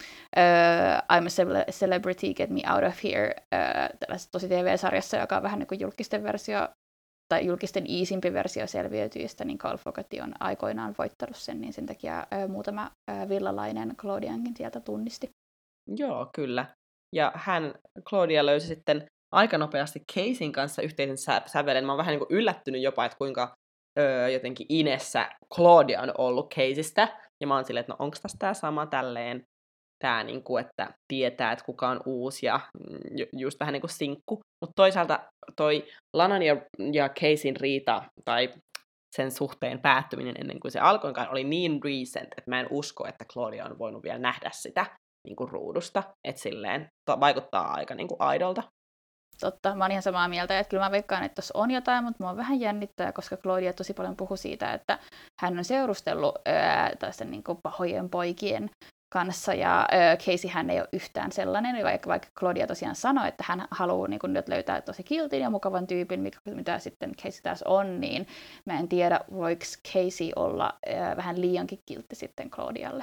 uh, I'm a Celebrity, Get Me Out of Here, uh, tällaisessa tosi T V-sarjassa, joka on vähän niin kuin julkisten versio, tai julkisten iisimpi versio selviytyjistä, niin Carl Fogarty on aikoinaan voittanut sen, niin sen takia uh, muutama uh, villalainen Claudiankin sieltä tunnisti. Joo, kyllä. Ja hän, Claudia löysi sitten aika nopeasti Caseyn kanssa yhteisen sä- sävelen. Mä oon vähän niin kuin yllättynyt jopa, että kuinka öö, jotenkin inessä Claudia on ollut Caseystä. Ja mä oon silleen, että no onko tässä tää sama tälleen, tää niinku, että tietää, että kuka on uusi ja ju- just vähän niin kuin sinkku. Mutta toisaalta toi Lanan ja, ja Caseyn riita tai sen suhteen päättyminen ennen kuin se alkoinkaan oli niin recent, että mä en usko, että Claudia on voinut vielä nähdä sitä niin kuin ruudusta. Että silleen to- vaikuttaa aika niin kuin aidolta. Totta, mä oon ihan samaa mieltä, että kyllä mä veikkaan, että tuossa on jotain, mutta mua vähän jännittää, koska Claudia tosi paljon puhui siitä, että hän on seurustellut ää, tästä niin kuin pahojen poikien kanssa, ja ää, Casey hän ei ole yhtään sellainen, vaikka, vaikka Claudia tosiaan sanoi, että hän haluaa niin kuin nyt löytää tosi kiltin ja mukavan tyypin, mikä, mitä sitten Casey taas on, niin mä en tiedä, voiko Casey olla ää, vähän liiankin kiltti sitten Claudialle.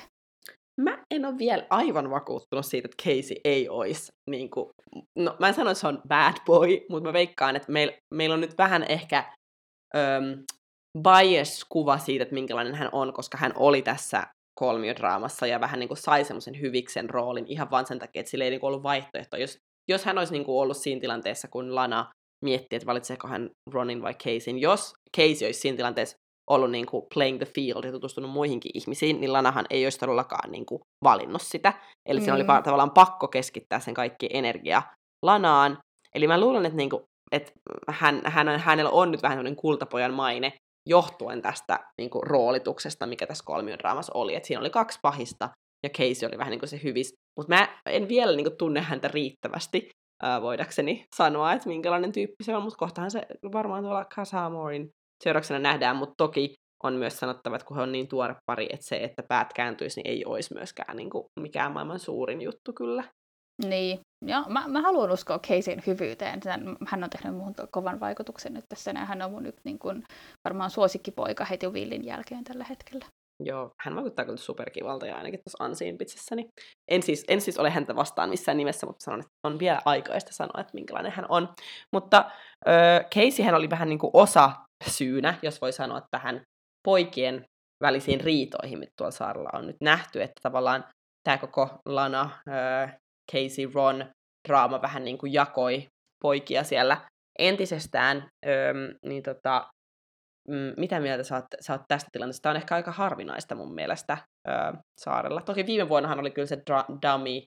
Mä en ole vielä aivan vakuuttunut siitä, että Casey ei olisi, niin kuin, no mä en sano, että se on bad boy, mutta mä veikkaan, että meil, meillä on nyt vähän ehkä öm, bias-kuva siitä, että minkälainen hän on, koska hän oli tässä kolmiodraamassa ja vähän niin kuin sai semmoisen hyviksen roolin ihan vaan sen takia, että sillä ei niin kuin ollut vaihtoehto. Jos, jos hän olisi niin kuin ollut siinä tilanteessa, kun Lana miettii, että valitseeko hän Ronin vai Caseyn, jos Casey olisi siinä tilanteessa ollut niin kuin playing the field ja tutustunut muihinkin ihmisiin, niin Lanahan ei olisi todellakaan niin kuin valinnut sitä. Eli mm. se oli pa- tavallaan pakko keskittää sen kaikki energia Lanaan. Eli mä luulen, että, niin kuin, että hän, hän, hänellä on nyt vähän sellainen kultapojan maine johtuen tästä niin kuin roolituksesta, mikä tässä kolmiodraamassa oli. Että siinä oli kaksi pahista ja Casey oli vähän niin kuin se hyvis. Mutta mä en vielä niin kuin tunne häntä riittävästi ää, voidakseni sanoa, että minkälainen tyyppi se on. Mutta kohtahan se varmaan tuolla Casa Amorin seurauksena nähdään, mutta toki on myös sanottava, että kun he on niin tuore pari, että se, että päät kääntyisi, niin ei olisi myöskään niin kuin mikään maailman suurin juttu kyllä. Niin, ja mä, mä haluan uskoa Caseyn hyvyyteen. Hän on tehnyt muuhun kovan vaikutuksen nyt tässä, ja hän on mun nyt niin kuin, varmaan suosikkipoika heti Willin jälkeen tällä hetkellä. Joo, hän vaikuttaa kyllä superkivalta ja ainakin tuossa Unseen Bitsessä. Niin en, siis, en siis ole häntä vastaan missään nimessä, mutta sanon, että on vielä aikaista sanoa, että minkälainen hän on. Mutta äh, Caseyhän oli vähän niin kuin osa syynä, jos voi sanoa, tähän poikien välisiin riitoihin, mitä tuolla saarella on nyt nähty, että tavallaan tämä koko Lana, äh, Casey, Ron draama vähän niin kuin jakoi poikia siellä entisestään, öö, niin tota, mm, mitä mieltä sä oot, sä oot tästä tilanteesta? Tämä on ehkä aika harvinaista mun mielestä öö, saarella. Toki viime vuonnahan oli kyllä se dra- dummy,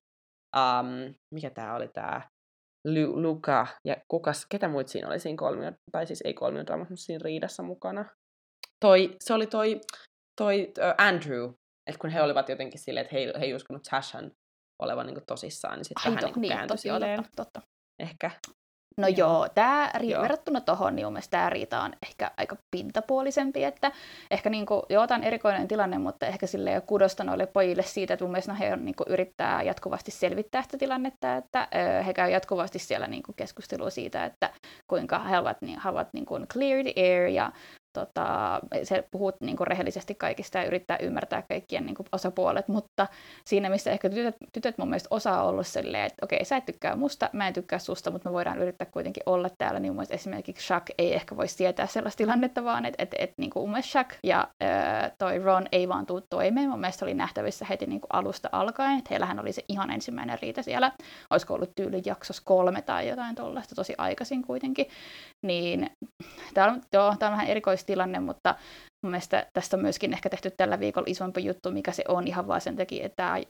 um, mikä tää oli tää, Lu- Luca, ja kukas, ketä muut siinä oli siinä kolmio, tai siis ei kolmiodraamassa, mutta siinä riidassa mukana. Toi, se oli toi, toi uh, Andrew, että kun he olivat jotenkin silleen, että he, he ei uskonut Tashan olevan niin kuin tosissaan, niin sitten vähän to, niin kääntyi tosi, silleen. totta, totta. Ehkä. No joo, joo tämä joo. verrattuna tohon, niin mun mielestä tämä riita on ehkä aika pintapuolisempi, että ehkä niinku, joo, tämä on erikoinen tilanne, mutta ehkä sille jo kudosta noille pojille siitä, että mun mielestä he on, niinku, yrittää jatkuvasti selvittää sitä tilannetta, että ö, he käy jatkuvasti siellä niinku, keskustelua siitä, että kuinka he ovat, niin, he ovat niinku, clear the air ja Tota, se puhuu niinku rehellisesti kaikista ja yrittää ymmärtää kaikkien niinku osapuolet, mutta siinä, missä ehkä tytöt, tytöt mun mielestä osaa olla silleen, että okei, sä et tykkää musta, mä en tykkää susta, mutta me voidaan yrittää kuitenkin olla täällä, niin mun mielestä esimerkiksi Shaq ei ehkä voisi tietää sellaista tilannetta vaan, että et, et, niinku mun mielestä Shaq ja ää, toi Ron ei vaan tuu toimeen, mun mielestä oli nähtävissä heti niinku alusta alkaen, että heillähän oli se ihan ensimmäinen riita siellä, olisiko ollut tyyli jaksossa kolme tai jotain tollaista, tosi aikaisin kuitenkin, niin tää on, joo, tää on vähän erikoista tilanne, mutta mun mielestä tästä on myöskin ehkä tehty tällä viikolla isompi juttu, mikä se on ihan vaan sen takia, että tämä,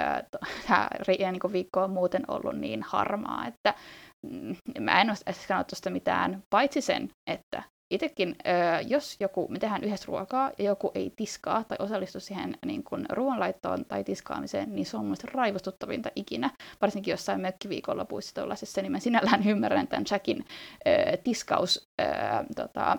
tämä niin viikko on muuten ollut niin harmaa, että mm, mä en ole sanonut tuosta mitään, paitsi sen, että itsekin, jos joku, me tehdään yhdessä ruokaa ja joku ei tiskaa tai osallistu siihen niin kuin ruoanlaittoon tai tiskaamiseen, niin se on mun mielestä raivostuttavinta ikinä, varsinkin jossain mökkiviikonlopuissa tuollaisessa, niin mä sinällään ymmärrän tämän Jackin äh, tiskaus äh, tota,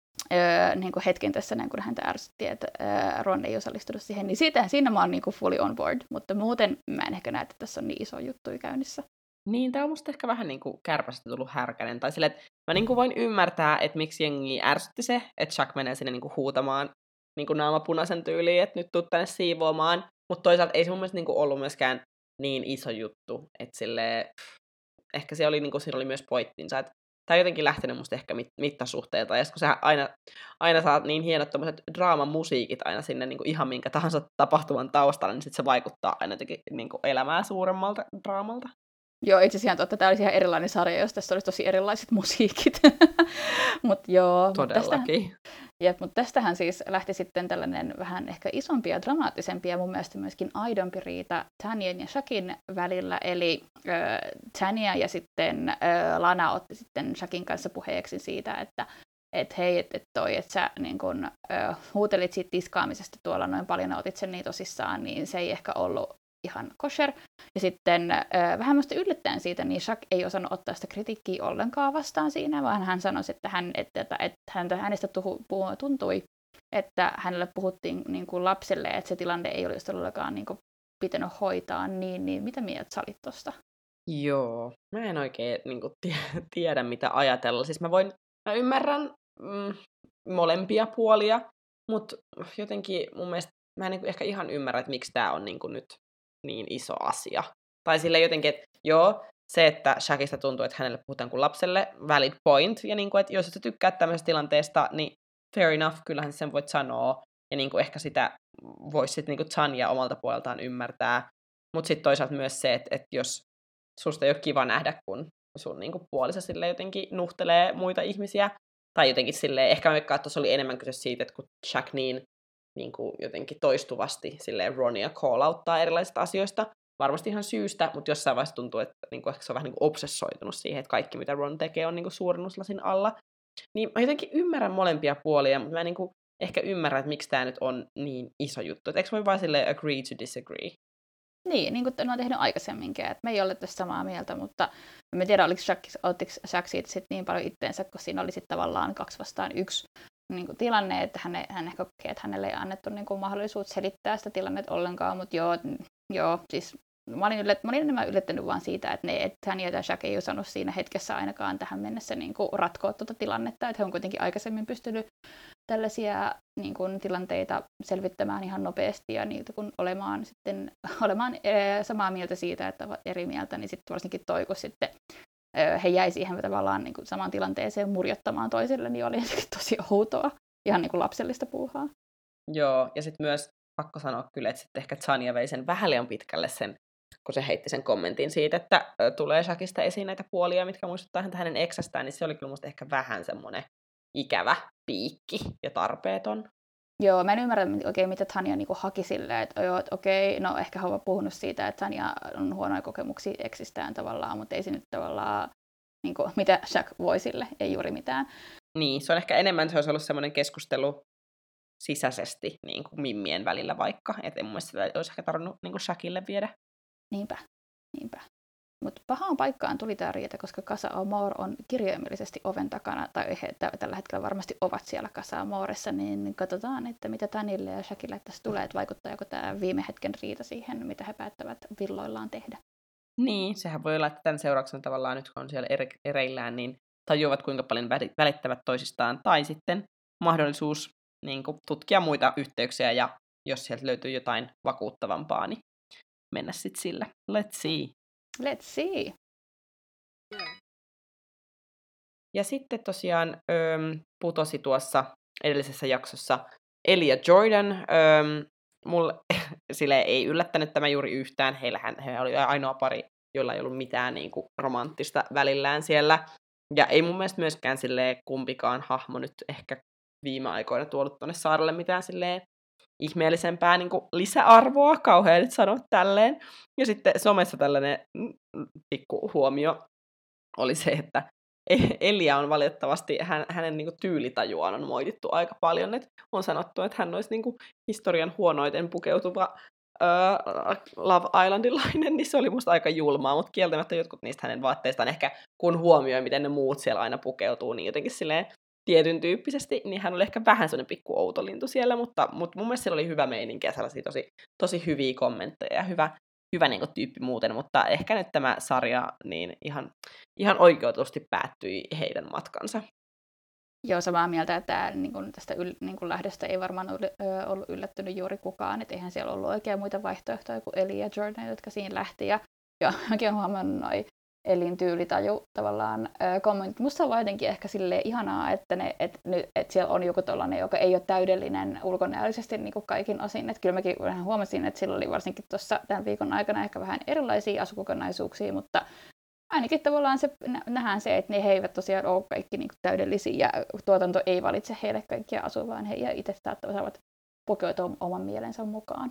Öö, niin kuin hetken tässä, niin kun häntä ärsytti, että öö, Ron ei osallistunut siihen, niin siitä, siinä mä oon niin kuin fully on board, mutta muuten mä en ehkä näe, että tässä on niin iso juttu käynnissä. Niin, tää on musta ehkä vähän niin kuin kärpästä tullut härkänen, tai silleen, että mä niin kuin voin ymmärtää, että miksi jengi ärsytti se, että Chuck menee sinne niin kuin huutamaan niin kuin naamapunaisen tyyliin, että nyt tuu tänne siivoamaan, mutta toisaalta ei se mun mielestä niin kuin ollut myöskään niin iso juttu, että silleen, ehkä se oli, niin kuin, siinä oli myös pointtinsa, että tämä on jotenkin lähtenyt musta ehkä mit- mittasuhteilta, ja kun sä aina, aina saat niin hienot tommoset draaman musiikit aina sinne niin kuin ihan minkä tahansa tapahtuman taustalla, niin sit se vaikuttaa aina jotenkin niin kuin elämää suuremmalta draamalta. Joo, itse asiassa totta, tämä olisi ihan erilainen sarja, jos tässä olisi tosi erilaiset musiikit. Mut joo, Todellakin. Mut Jep, mutta tästähän siis lähti sitten tällainen vähän ehkä isompi ja dramaattisempi ja mun mielestä myöskin aidompi riita Tanyan ja Shaqin välillä, eli äh, Tanya ja sitten äh, Lana otti sitten Shaqin kanssa puheeksi siitä, että et hei, että et toi, että sä niin kun, äh, huutelit siitä tiskaamisesta tuolla noin paljon ja otit sen niin tosissaan, niin se ei ehkä ollut ihan kosher. Ja sitten äh, vähän musta yllättäen siitä, niin Shaq ei osannut ottaa sitä kritiikkiä ollenkaan vastaan siinä, vaan hän sanoi, että, hän, että, että, että häntä, hänestä tuhu, tuntui, että hänelle puhuttiin niin kuin lapselle, että se tilanne ei olisi todellakaan niin kuin pitänyt hoitaa. Niin, niin mitä mieltä sä olit tosta? Joo, mä en oikein niin kuin, tiedä, mitä ajatella. Siis mä voin, mä ymmärrän mm, molempia puolia, mutta jotenkin mun mielestä mä en niin kuin, ehkä ihan ymmärrä, että miksi tää on niin kuin, nyt niin iso asia. Tai sille jotenkin, että joo, se, että Shaqista tuntuu, että hänelle puhutaan kuin lapselle, valid point, ja niin kuin, että jos sä tykkäät tämmöisestä tilanteesta, niin fair enough, kyllähän sen voit sanoa, ja niin kuin ehkä sitä voisi sitten niin Tanya omalta puoleltaan ymmärtää, mutta sitten toisaalta myös se, että, että jos susta ei ole kiva nähdä, kun sun niin kuin puolisa sille jotenkin nuhtelee muita ihmisiä, tai jotenkin silleen, ehkä mä veikkaan, että tuossa oli enemmän kyse siitä, että kun Shaq niin niin kuin jotenkin toistuvasti silleen Ronia call-outtaa erilaisista asioista. Varmasti ihan syystä, mutta jossain vaiheessa tuntuu, että niin kuin ehkä se on vähän niin kuin obsessoitunut siihen, että kaikki mitä Ron tekee on niin kuin suurennuslasin alla. Niin mä jotenkin ymmärrän molempia puolia, mutta mä en niin kuin ehkä ymmärrä, että miksi tämä nyt on niin iso juttu. Että eikö voi vaan silleen agree to disagree? Niin, niin kuin ne on tehnyt aikaisemminkin, että me ei ole tästä samaa mieltä, mutta en tiedä, oliko Shaq, oliko Shaq siitä sit niin paljon itteensä, kun siinä oli sitten tavallaan kaksi vastaan yksi. niin kuin tilanne, että hän, hän ehkä kokee, että hänelle ei annettu niin kuin mahdollisuus selittää sitä tilannetta ollenkaan, mutta joo, joo siis mä olin, yllätt, mä olin enemmän yllättänyt vaan siitä, että, ne, että hän ja Jack ei osannut siinä hetkessä ainakaan tähän mennessä niin kuin ratkoa tuota tilannetta, että he on kuitenkin aikaisemmin pystynyt tällaisia niin kuin, tilanteita selvittämään ihan nopeasti ja niitä kun olemaan, sitten, olemaan ee, samaa mieltä siitä, että ovat eri mieltä, niin sitten varsinkin toi, kun sitten ee, he jäi siihen tavallaan niin kuin, samaan tilanteeseen murjottamaan toisille, niin oli tosi outoa, ihan niin kuin lapsellista puuhaa. Joo, ja sitten myös pakko sanoa kyllä, että sitten ehkä Tanya vei sen vähän liian pitkälle sen, kun se heitti sen kommentin siitä, että ö, tulee Shakista esiin näitä puolia, mitkä muistuttaa häntä hänen eksästään, niin se oli kyllä musta ehkä vähän semmoinen ikävä piikki ja tarpeeton. Joo, mä en ymmärrä oikein, mitä Tanya niinku haki silleen, että, joo, että okei, no ehkä hän on puhunut siitä, että Tanya on huonoja kokemuksia eksistään tavallaan, mutta ei se nyt tavallaan, niinku, mitä Jack voi sille, ei juuri mitään. Niin, se on ehkä enemmän, se olisi ollut semmoinen keskustelu sisäisesti niin kuin mimmien välillä vaikka, että en mun mielestä sitä olisi ehkä tarvinnut niin kuin Shakille viedä. Niinpä, niinpä. Mutta pahaan paikkaan tuli tämä riita, koska Casa Amor on kirjaimellisesti oven takana, tai he t- tällä hetkellä varmasti ovat siellä Casa Amoressa, niin katsotaan, että mitä Tanille ja Shakille tässä tulee, että vaikuttaako tämä viime hetken riita siihen, mitä he päättävät villoillaan tehdä. Niin, sehän voi olla, että tämän seurauksena tavallaan nyt kun on siellä ere- ereillään, niin tajuavat kuinka paljon välittävät toisistaan, tai sitten mahdollisuus niin kuin, tutkia muita yhteyksiä, ja jos sieltä löytyy jotain vakuuttavampaa, niin mennä sitten sillä. Let's see. Let's see. Ja sitten tosiaan öö, putosi tuossa edellisessä jaksossa Ellie ja Jordan. Öö, mulle sille ei yllättänyt tämä juuri yhtään. Heillähän he oli ainoa pari, jolla ei ollut mitään niin kuin, romanttista välillään siellä. Ja ei mun mielestä myöskään silleen, kumpikaan hahmo nyt ehkä viime aikoina tuonut tuonne saarelle mitään silleen ihmeellisempää niin kuin lisäarvoa, kauhean nyt sanoa tälleen. Ja sitten somessa tällainen pikku huomio oli se, että Elia on valitettavasti, hän, hänen niin kuin, tyylitajuaan on moitittu aika paljon. Et on sanottu, että hän olisi niin kuin, historian huonoiten pukeutuva öö, Love Islandilainen, niin se oli musta aika julmaa, mutta kieltämättä jotkut niistä hänen vaatteistaan ehkä, kun huomioi, miten ne muut siellä aina pukeutuu, niin jotenkin silleen tietyn tyyppisesti, niin hän oli ehkä vähän sellainen pikku outolintu siellä, mutta, mutta mun mielestä siellä oli hyvä meininki ja sellaisia tosi, tosi hyviä kommentteja ja hyvä, hyvä niin kuin, tyyppi muuten, mutta ehkä nyt tämä sarja niin ihan, ihan oikeutusti päättyi heidän matkansa. Joo, samaa mieltä, että niin kuin tästä yl, niin kuin lähdöstä ei varmaan ollut, ö, ollut yllättynyt juuri kukaan, että eihän siellä ollut oikein muita vaihtoehtoja kuin Ellie ja Jordan, jotka siinä lähti, ja, ja mäkin olen huomannut noin Elin tyylitaju tavallaan ö, kommentit. Musta on jotenkin ehkä silleen ihanaa, että, ne, et, et siellä on joku tollainen, joka ei ole täydellinen ulkonäöllisesti niin kuin kaikin osin. Et kyllä mäkin huomasin, että sillä oli varsinkin tuossa tämän viikon aikana ehkä vähän erilaisia asukokonaisuuksia, mutta ainakin tavallaan se, nähdään se, että ne he eivät tosiaan ole kaikki niin kuin täydellisiä ja tuotanto ei valitse heille kaikkia asua, vaan he itse saavat pukeutua oman mielensä mukaan.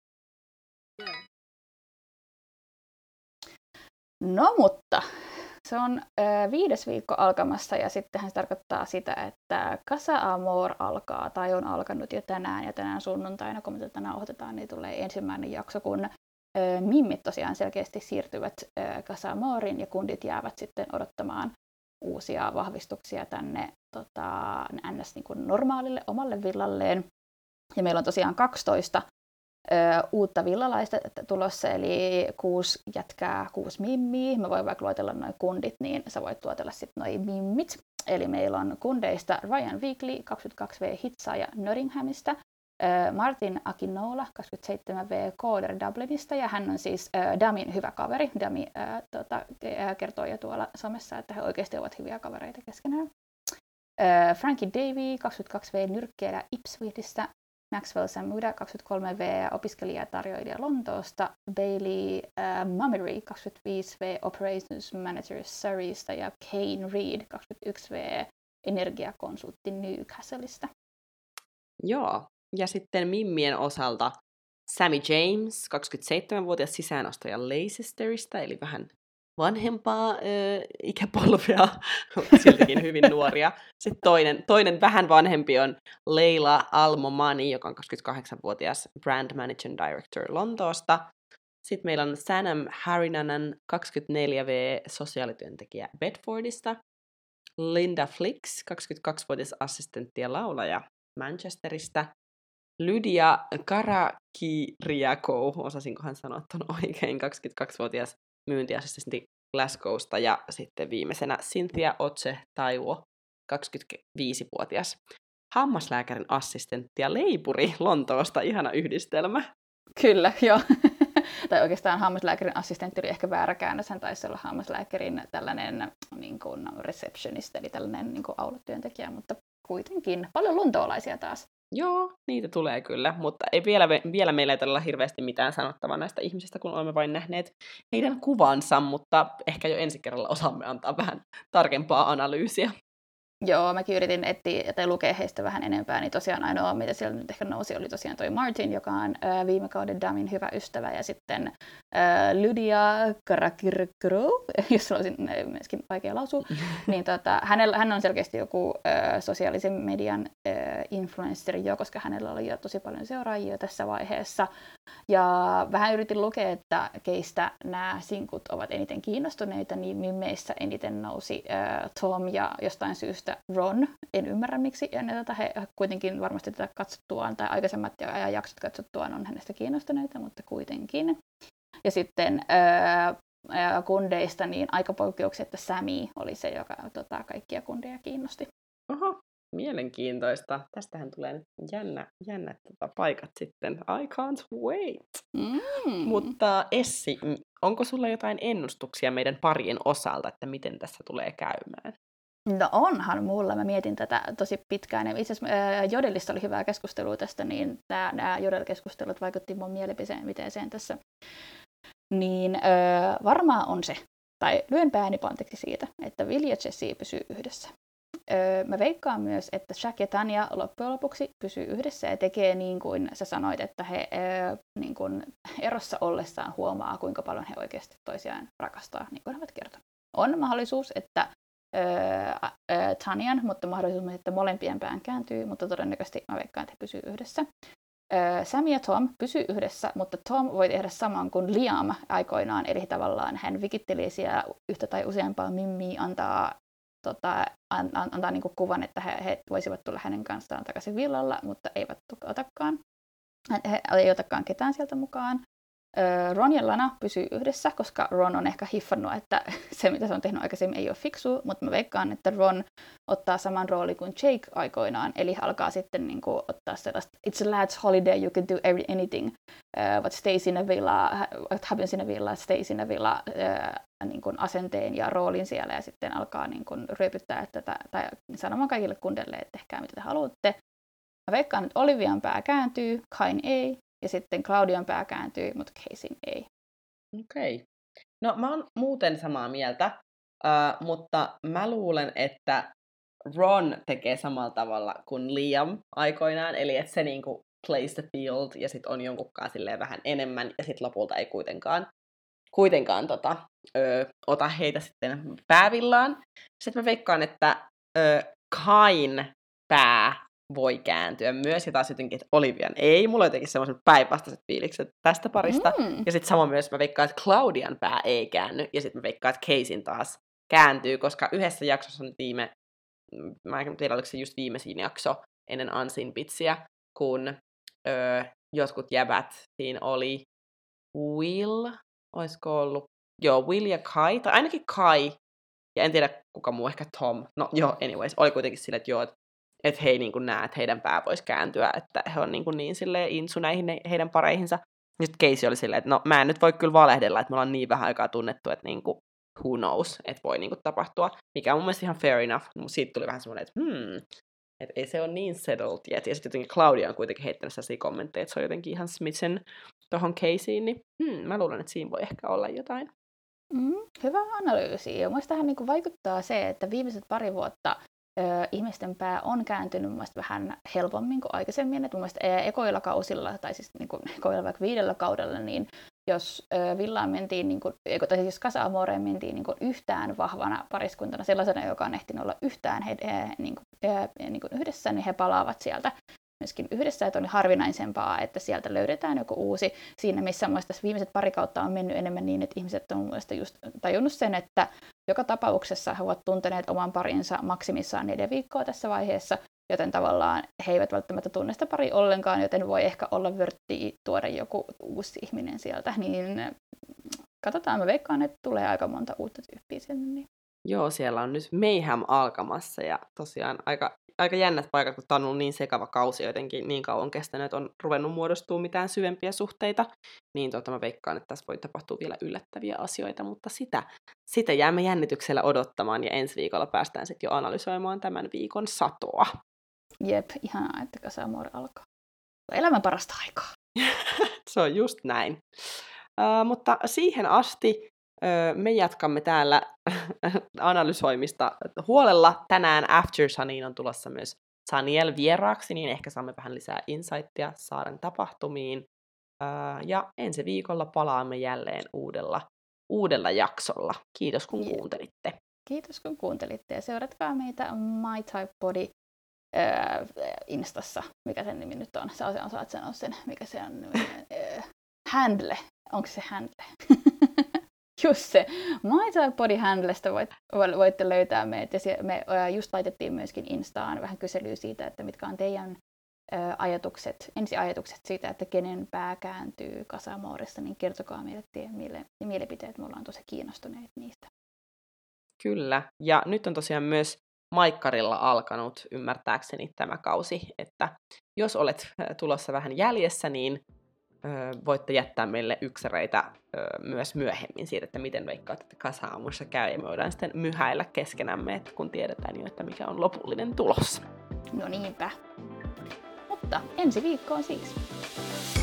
No mutta se on ö, viides viikko alkamassa ja sittenhän se tarkoittaa sitä, että Casa Amor alkaa tai on alkanut jo tänään ja tänään sunnuntaina, kun me tänään otetaan, niin tulee ensimmäinen jakso, kun ö, mimmit tosiaan selkeästi siirtyvät ö, Casa Amorin ja kundit jäävät sitten odottamaan uusia vahvistuksia tänne tota, ns. Niin kuin normaalille omalle villalleen. Ja meillä on tosiaan kaksitoista Ö, uutta villalaista tulossa, eli kuusi jätkää, kuusi mimmiä. Mä voin vaikka luetella noin kundit, niin sä voit tuotella sitten noin mimmit. Eli meillä on kundeista Ryan Weekly, kaksikymmentäkaksi vuotias hitsaaja Nottinghamista, ö, Martin Akinola, kaksikymmentäseitsemän vuotias coder Dublinista, ja hän on siis ö, Damin hyvä kaveri. Dami ö, tota, kertoo jo tuolla somessa, että he oikeasti ovat hyviä kavereita keskenään. Ö, Frankie Davey, kaksikymmentäkaksi vuotias nyrkkeilijä Ipswichistä, Maxwell Samuda, kaksikymmentäkolme vuotias opiskelijatarjoilija Lontoosta, Bailey äh, Mummery, kaksikymmentäviisi vuotias Operations Manager Surreysta ja Kane Reed, kaksikymmentäyksi vuotias energiakonsultti Newcastleista. Joo, ja sitten mimmien osalta Sammy James, kaksikymmentäseitsemän vuotias sisäänostaja Leicesteristä, eli vähän vanhempaa äh, ikäpolvea, mutta siltikin hyvin nuoria. Sitten toinen, toinen vähän vanhempi on Leila Almomani, joka on kaksikymmentäkahdeksan vuotias Brand Manager Director Lontoosta. Sitten meillä on Sanam Harinanan, kaksikymmentäneljä vuotias sosiaalityöntekijä Bedfordista. Linda Flix, kaksikymmentäkaksivuotias assistentti ja laulaja Manchesterista. Lydia Karakiriakou, osasinkohan sanoa ton oikein, kaksikymmentäkaksivuotias myyntiassistentti Glasgowsta. Ja sitten viimeisenä Cynthia Oche Taiwo, kaksikymmentäviisivuotias hammaslääkärin assistentti ja leipuri Lontoosta. Ihana yhdistelmä. Kyllä, joo. Tai oikeastaan hammaslääkärin assistentti oli ehkä väärä käännös. Hän taisi olla hammaslääkärin tällainen niin kuin receptionist, eli tällainen niin kuin aulatyöntekijä, mutta kuitenkin paljon lontoolaisia taas. Joo, niitä tulee kyllä, mutta ei vielä, vielä meillä ei todella hirveästi mitään sanottavaa näistä ihmisistä, kun olemme vain nähneet heidän kuvansa, mutta ehkä jo ensi kerralla osaamme antaa vähän tarkempaa analyysiä. Joo, mäkin yritin etsiä tai lukea heistä vähän enempää, niin tosiaan ainoa, mitä siellä nyt ehkä nousi, oli tosiaan toi Martin, joka on ää, viime kauden Damin hyvä ystävä, ja sitten ää, Lydia Karakirkro, jos se olisi myöskin vaikea lausua, niin tota, hänellä, hän on selkeästi joku ää, sosiaalisen median ää, influensseri jo, koska hänellä oli jo tosi paljon seuraajia tässä vaiheessa, ja vähän yritin lukea, että keistä nämä sinkut ovat eniten kiinnostuneita, niin mimeissä eniten nousi ää, Tom ja jostain syystä Ron, en ymmärrä miksi, ja ne, tota, he kuitenkin varmasti tätä katsottuaan, tai aikaisemmat jaksot katsottuaan on hänestä kiinnostuneita, mutta kuitenkin. Ja sitten ää, ää, kundeista, niin aika poikkeuksetta Sammy oli se, joka tota, kaikkia kundeja kiinnosti. Oho, mielenkiintoista. Tästähän tulee nyt jännä, jännä tota, paikat sitten. I can't wait. Mm. Mutta Essi, onko sulla jotain ennustuksia meidän parien osalta, että miten tässä tulee käymään? No onhan mulla. Mä mietin tätä tosi pitkään. Itse asiassa ää, Jodelissa oli hyvää keskustelua tästä, niin nämä Jodel-keskustelut vaikutti mun mielipiteeseen tässä. Niin ää, varmaan on se, tai lyön pääni panteeksi siitä, että Will ja Jessie pysyy yhdessä. Öö, mä veikkaan myös, että Jack ja Tanya loppujen lopuksi pysyy yhdessä ja tekee niin kuin sä sanoit, että he öö, niin kuin erossa ollessaan huomaa, kuinka paljon he oikeasti toisiaan rakastaa, niin kuin he ovat kertoneet. On mahdollisuus, että öö, öö, Tanyan, mutta mahdollisuus myös, että molempien pään kääntyy, mutta todennäköisesti mä veikkaan, että he pysyy yhdessä. Öö, Sam ja Tom pysyy yhdessä, mutta Tom voi tehdä saman kuin Liam aikoinaan, eli tavallaan hän vikitteli siellä yhtä tai useampaa mimmiä, antaa Tota, an, an, antaa niinku kuvan, että he, he voisivat tulla hänen kanssaan takaisin villalla, mutta eivät otakaan. He ei otakaan ketään sieltä mukaan. Ron ja Lana pysyy yhdessä, koska Ron on ehkä hiffannut, että se mitä se on tehnyt aikaisemmin ei ole fiksua, mutta mä veikkaan, että Ron ottaa saman rooli kuin Jake aikoinaan, eli alkaa sitten niin kuin, ottaa sellaista it's a lad's holiday, you can do every, anything, uh, but stays in a villa, what happens in a villa, stays in a villa, uh, niin kuin asenteen ja roolin siellä, ja sitten alkaa niin kuin ryöpyttää tätä, tai sanomaan kaikille kundeille, että tehkää mitä te haluatte. Mä veikkaan, että Olivian pää kääntyy, Kain ei, ja sitten Claudian pää kääntyy, mutta Caseyn ei. Okei. Okay. No mä oon muuten samaa mieltä, uh, mutta mä luulen, että Ron tekee samalla tavalla kuin Liam aikoinaan, eli että se niinku plays the field ja sit on jonkunkaan silleen vähän enemmän, ja sit lopulta ei kuitenkaan, kuitenkaan tota, ö, ota heitä sitten päävillaan. Sitten mä veikkaan, että ö, Kain pää voi kääntyä myös, ja taas jotenkin, että Olivian ei. Mulla on jotenkin semmoiset päinvastaiset fiilikset tästä parista. Mm. Ja sitten sama myös mä veikkaan, että Claudian pää ei käänny, ja sitten mä veikkaan, että Caseyn taas kääntyy, koska yhdessä jaksossa nyt viime, mä en tiedä, oliko se just viimeisin jakso ennen Unseen Bitsiä, kun öö, jotkut jäbät siinä oli Will, olisiko ollut, joo, Will ja Kai, tai ainakin Kai, ja en tiedä kuka muu, ehkä Tom, no joo, anyways, oli kuitenkin silleen, että joo, että he ei niin kuin näe, että heidän pää voisi kääntyä, että he on niin, kuin niin silleen insu näihin heidän pareihinsa. Ja sitten Casey oli silleen, että no mä en nyt voi kyllä valehdella, että me ollaan niin vähän aikaa tunnettu, että niin kuin, who knows, että voi niin kuin tapahtua. Mikä on mun mielestä ihan fair enough, mutta siitä tuli vähän semmoinen, että hmm, että ei se ole niin settled yet. Ja sitten jotenkin Claudia on kuitenkin heittänyt sellaisia kommentteja, että se on jotenkin ihan smitten tohon Caseyin, niin hmm, mä luulen, että siinä voi ehkä olla jotain. Mm, hyvä analyysi. Ja muista tähän niin vaikuttaa se, että viimeiset pari vuotta ö, ihmisten pää on kääntynyt mun vähän helpommin kuin aikaisemmin. Et mun mielestä ekoilla kausilla, tai siis niin kuin, ekoilla vaikka viidellä kaudella, niin jos ö, Villaan mentiin, niin kuin, tai siis jos Casa Amoreen mentiin niin kuin yhtään vahvana pariskuntana, sellaisena, joka on ehtinyt olla yhtään he, he, niin kuin, he, niin kuin yhdessä, niin he palaavat sieltä. myöskin yhdessä, että on harvinaisempaa, että sieltä löydetään joku uusi. Siinä, missä tässä viimeiset pari kautta on mennyt enemmän niin, että ihmiset on mielestäni just tajunnut sen, että joka tapauksessa he ovat tunteneet oman parinsa maksimissaan neljä viikkoa tässä vaiheessa, joten tavallaan he eivät välttämättä tunne sitä pari ollenkaan, joten voi ehkä olla vörtti tuoda joku uusi ihminen sieltä, niin katsotaan, mä veikkaan, että tulee aika monta uutta tyyppiä sinne. Niin. Joo, siellä on nyt Mayhem alkamassa ja tosiaan aika, aika jännät paikat, kun tämä on ollut niin sekava kausi jotenkin niin kauan kestänyt, että on ruvennut muodostua mitään syvempiä suhteita, niin tuota, mä veikkaan, että tässä voi tapahtua vielä yllättäviä asioita, mutta sitä, sitä jäämme jännityksellä odottamaan ja ensi viikolla päästään sitten jo analysoimaan tämän viikon satoa. Jep, ihanaa, että Casamore alkaa. Elämän parasta aikaa. Se on just näin. Uh, mutta siihen asti uh, me jatkamme täällä analysoimista huolella. Tänään After Suniin on tulossa myös Saniel vieraaksi, niin ehkä saamme vähän lisää insightia Saaren tapahtumiin. Uh, ja ensi viikolla palaamme jälleen uudella, uudella jaksolla. Kiitos kun yeah. kuuntelitte. Kiitos kun kuuntelitte ja seuratkaa meitä My Type Body äh, Instassa. Mikä sen nimi nyt on? Sä osaat sanoa sen. Mikä se on? Äh, handle. Onko se handle? Just se. My Type Body Handlesta voit, voitte löytää meitä. Me just laitettiin myöskin Instaan vähän kyselyä siitä, että mitkä on teidän ää, ajatukset, ensiajatukset siitä, että kenen pää kääntyy Casamoressa, niin kertokaa meille teidän miele- mielipiteet. Me ollaan tosi kiinnostuneet niistä. Kyllä. Ja nyt on tosiaan myös Maikkarilla alkanut ymmärtääkseni tämä kausi, että jos olet tulossa vähän jäljessä, niin voitte jättää meille yksäreitä myös myöhemmin siitä, että miten veikkaatte, että Kasa-aamussa käy, ja me voidaan sitten myhäillä keskenämme, että kun tiedetään jo, että mikä on lopullinen tulos. No niinpä. Mutta ensi viikkoon siis.